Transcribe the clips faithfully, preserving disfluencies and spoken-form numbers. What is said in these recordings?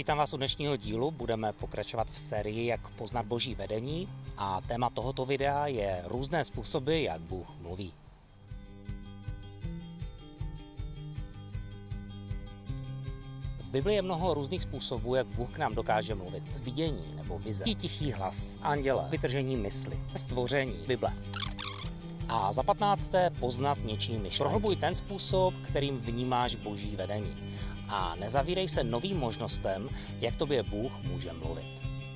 Vítám vás u dnešního dílu, budeme pokračovat v sérii Jak poznat Boží vedení a téma tohoto videa je různé způsoby, jak Bůh mluví. V Bibli je mnoho různých způsobů, jak Bůh k nám dokáže mluvit. Vidění nebo vize, tichý hlas, anděle, vytržení mysli, stvoření, Bible. A za patnácté poznat něčí myšlenky. Prohlubuj ten způsob, kterým vnímáš Boží vedení. A nezavírej se novým možnostem, jak tobě Bůh může mluvit.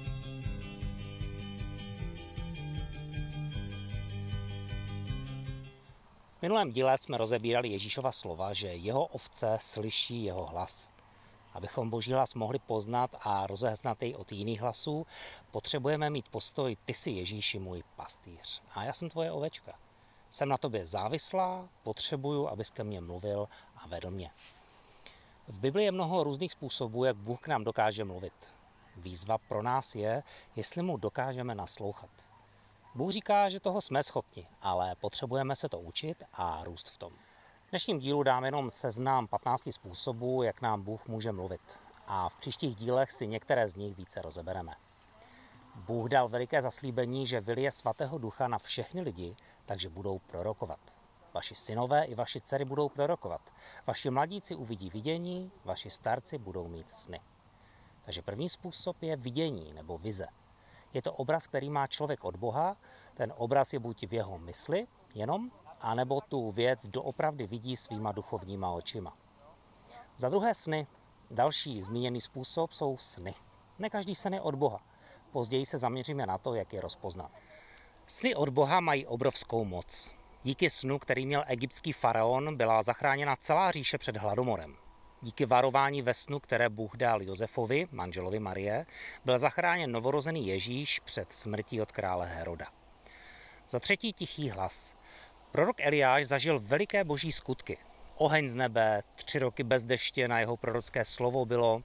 V minulém díle jsme rozebírali Ježíšova slova, že jeho ovce slyší jeho hlas. Abychom Boží hlas mohli poznat a rozeznat jej od jiných hlasů, potřebujeme mít postoj: ty jsi Ježíši, můj pastýř, a já jsem tvoje ovečka. Jsem na tobě závislá, potřebuju, abys ke mně mluvil a vedl mě. V Bibli je mnoho různých způsobů, jak Bůh k nám dokáže mluvit. Výzva pro nás je, jestli mu dokážeme naslouchat. Bůh říká, že toho jsme schopni, ale potřebujeme se to učit a růst v tom. V dnešním dílu dám jenom seznam patnácti způsobů, jak nám Bůh může mluvit. A v příštích dílech si některé z nich více rozebereme. Bůh dal veliké zaslíbení, že vylije svatého ducha na všechny lidi, takže budou prorokovat. Vaši synové i vaši dcery budou prorokovat. Vaši mladíci uvidí vidění, vaši starci budou mít sny. Takže první způsob je vidění nebo vize. Je to obraz, který má člověk od Boha. Ten obraz je buď v jeho mysli jenom, anebo tu věc doopravdy vidí svýma duchovníma očima. Za druhé sny. Další zmíněný způsob jsou sny. Ne každý sen je od Boha. Později se zaměříme na to, jak je rozpoznat. Sny od Boha mají obrovskou moc. Díky snu, který měl egyptský faraon, byla zachráněna celá říše před hladomorem. Díky varování ve snu, které Bůh dal Josefovi, manželovi Marie, byl zachráněn novorozený Ježíš před smrtí od krále Heroda. Za třetí tichý hlas. Prorok Eliáš zažil veliké boží skutky. Oheň z nebe, tři roky bez deště na jeho prorocké slovo bylo.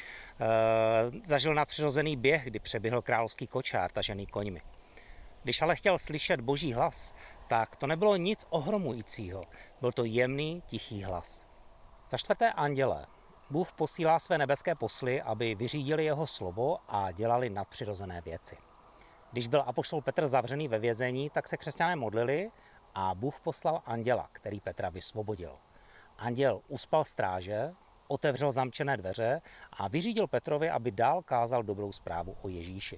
E, zažil nadpřirozený běh, kdy přeběhl královský kočár tažený koňmi. Když ale chtěl slyšet boží hlas, tak to nebylo nic ohromujícího. Byl to jemný, tichý hlas. Za čtvrté anděle. Bůh posílá své nebeské posly, aby vyřídili jeho slovo a dělali nadpřirozené věci. Když byl apoštol Petr zavřený ve vězení, tak se křesťané modlili a Bůh poslal anděla, který Petra vysvobodil. Anděl uspal stráže, otevřel zamčené dveře a vyřídil Petrovi, aby dál kázal dobrou zprávu o Ježíši.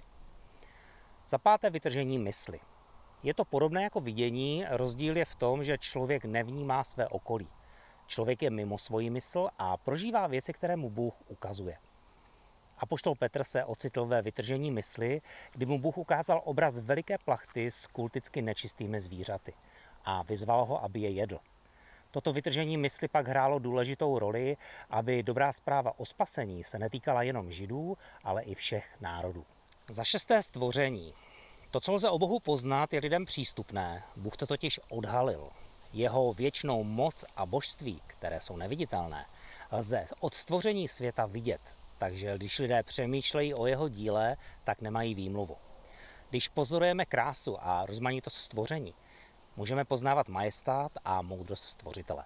Za páté vytržení mysli. Je to podobné jako vidění, rozdíl je v tom, že člověk nevnímá své okolí. Člověk je mimo svoji mysl a prožívá věci, které mu Bůh ukazuje. Apoštol Petr se ocitl ve vytržení mysli, kdy mu Bůh ukázal obraz veliké plachty s kulticky nečistými zvířaty a vyzval ho, aby je jedl. Toto vytržení mysli pak hrálo důležitou roli, aby dobrá zpráva o spasení se netýkala jenom Židů, ale i všech národů. Za šesté stvoření. To, co lze o Bohu poznat, je lidem přístupné. Bůh to totiž odhalil. Jeho věčnou moc a božství, které jsou neviditelné, lze od stvoření světa vidět. Takže když lidé přemýšlejí o jeho díle, tak nemají výmluvu. Když pozorujeme krásu a rozmanitost stvoření, můžeme poznávat majestát a moudrost stvořitele.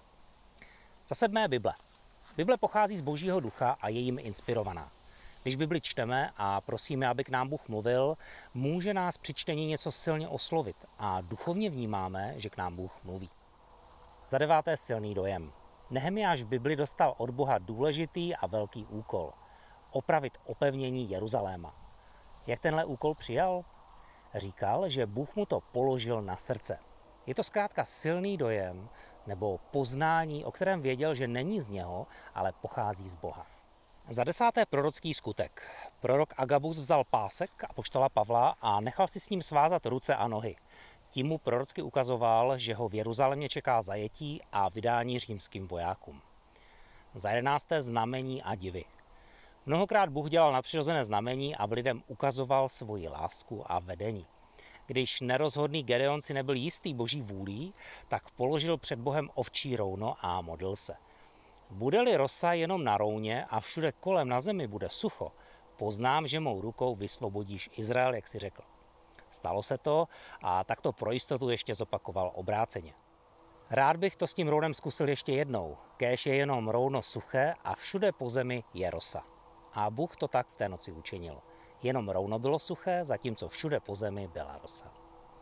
Za sedmé Bible. Bible pochází z Božího ducha a je jim inspirovaná. Když Bibli čteme a prosíme, aby k nám Bůh mluvil, může nás při čtení něco silně oslovit a duchovně vnímáme, že k nám Bůh mluví. Za deváté silný dojem. Nehemiáš v Bibli dostal od Boha důležitý a velký úkol. Opravit opevnění Jeruzaléma. Jak tenhle úkol přijal? Říkal, že Bůh mu to položil na srdce. Je to zkrátka silný dojem nebo poznání, o kterém věděl, že není z něho, ale pochází z Boha. Za desáté prorocký skutek. Prorok Agabus vzal pásek apoštola Pavla a nechal si s ním svázat ruce a nohy. Tím mu prorocky ukazoval, že ho v Jeruzalémě čeká zajetí a vydání římským vojákům. Za jedenácté znamení a divy. Mnohokrát Bůh dělal nadpřirozené znamení, aby lidem ukazoval svoji lásku a vedení. Když nerozhodný Gedeon si nebyl jistý boží vůlí, tak položil před Bohem ovčí rouno a modlil se. Bude-li rosa jenom na rouně a všude kolem na zemi bude sucho, poznám, že mou rukou vysvobodíš Izrael, jak si řekl. Stalo se to a tak to pro jistotu ještě zopakoval obráceně. Rád bych to s tím rounem zkusil ještě jednou. Kéž je jenom rouno suché a všude po zemi je rosa. A Bůh to tak v té noci učinil. Jenom rovno bylo suché, zatímco všude po zemi byla rosa.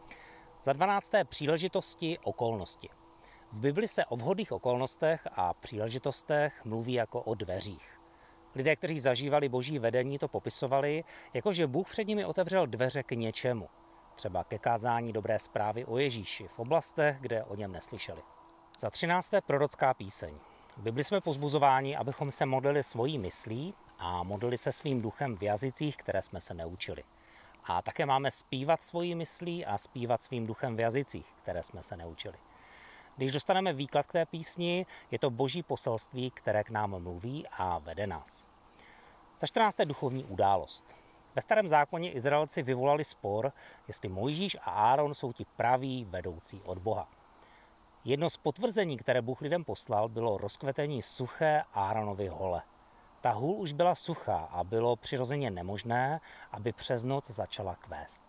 Za dvanácté příležitosti okolnosti. V Bibli se o vhodných okolnostech a příležitostech mluví jako o dveřích. Lidé, kteří zažívali boží vedení, to popisovali, jako že Bůh před nimi otevřel dveře k něčemu. Třeba ke kázání dobré zprávy o Ježíši v oblastech, kde o něm neslyšeli. Za třinácté prorocká píseň. V Bibli jsme pozbuzováni, abychom se modlili svojí myslí a modlili se svým duchem v jazycích, které jsme se neučili. A také máme zpívat svojí myslí a zpívat svým duchem v jazycích, které jsme se neučili. Když dostaneme výklad k té písni, je to boží poselství, které k nám mluví a vede nás. Za čtrnácté duchovní událost. Ve starém zákoně Izraelci vyvolali spor, jestli Mojžíš a Áron jsou ti praví vedoucí od Boha. Jedno z potvrzení, které Bůh lidem poslal, bylo rozkvetení suché Áronovy hole. Ta hůl už byla suchá a bylo přirozeně nemožné, aby přes noc začala kvést.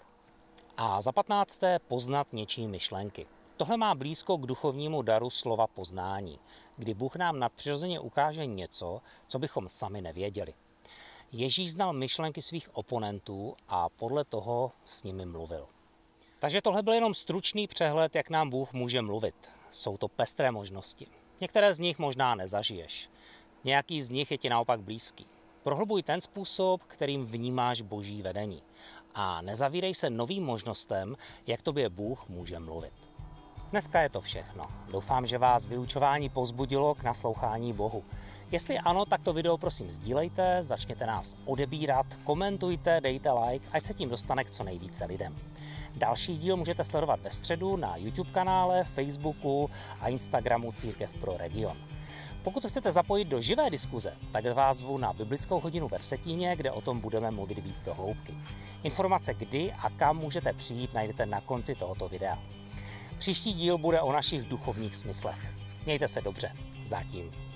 A za patnácté poznat něčí myšlenky. Tohle má blízko k duchovnímu daru slova poznání, kdy Bůh nám nadpřirozeně ukáže něco, co bychom sami nevěděli. Ježíš znal myšlenky svých oponentů a podle toho s nimi mluvil. Takže tohle byl jenom stručný přehled, jak nám Bůh může mluvit. Jsou to pestré možnosti. Některé z nich možná nezažiješ. Nějaký z nich je ti naopak blízký. Prohlubuj ten způsob, kterým vnímáš boží vedení. A nezavírej se novým možnostem, jak tobě Bůh může mluvit. Dneska je to všechno. Doufám, že vás vyučování povzbudilo k naslouchání Bohu. Jestli ano, tak to video prosím sdílejte, začněte nás odebírat, komentujte, dejte like, ať se tím dostane k co nejvíce lidem. Další díl můžete sledovat ve středu na YouTube kanále, Facebooku a Instagramu Církev pro region. Pokud se chcete zapojit do živé diskuze, tak vás zvu na biblickou hodinu ve Vsetíně, kde o tom budeme mluvit víc do hloubky. Informace kdy a kam můžete přijít najdete na konci tohoto videa. Příští díl bude o našich duchovních smyslech. Mějte se dobře. Zatím.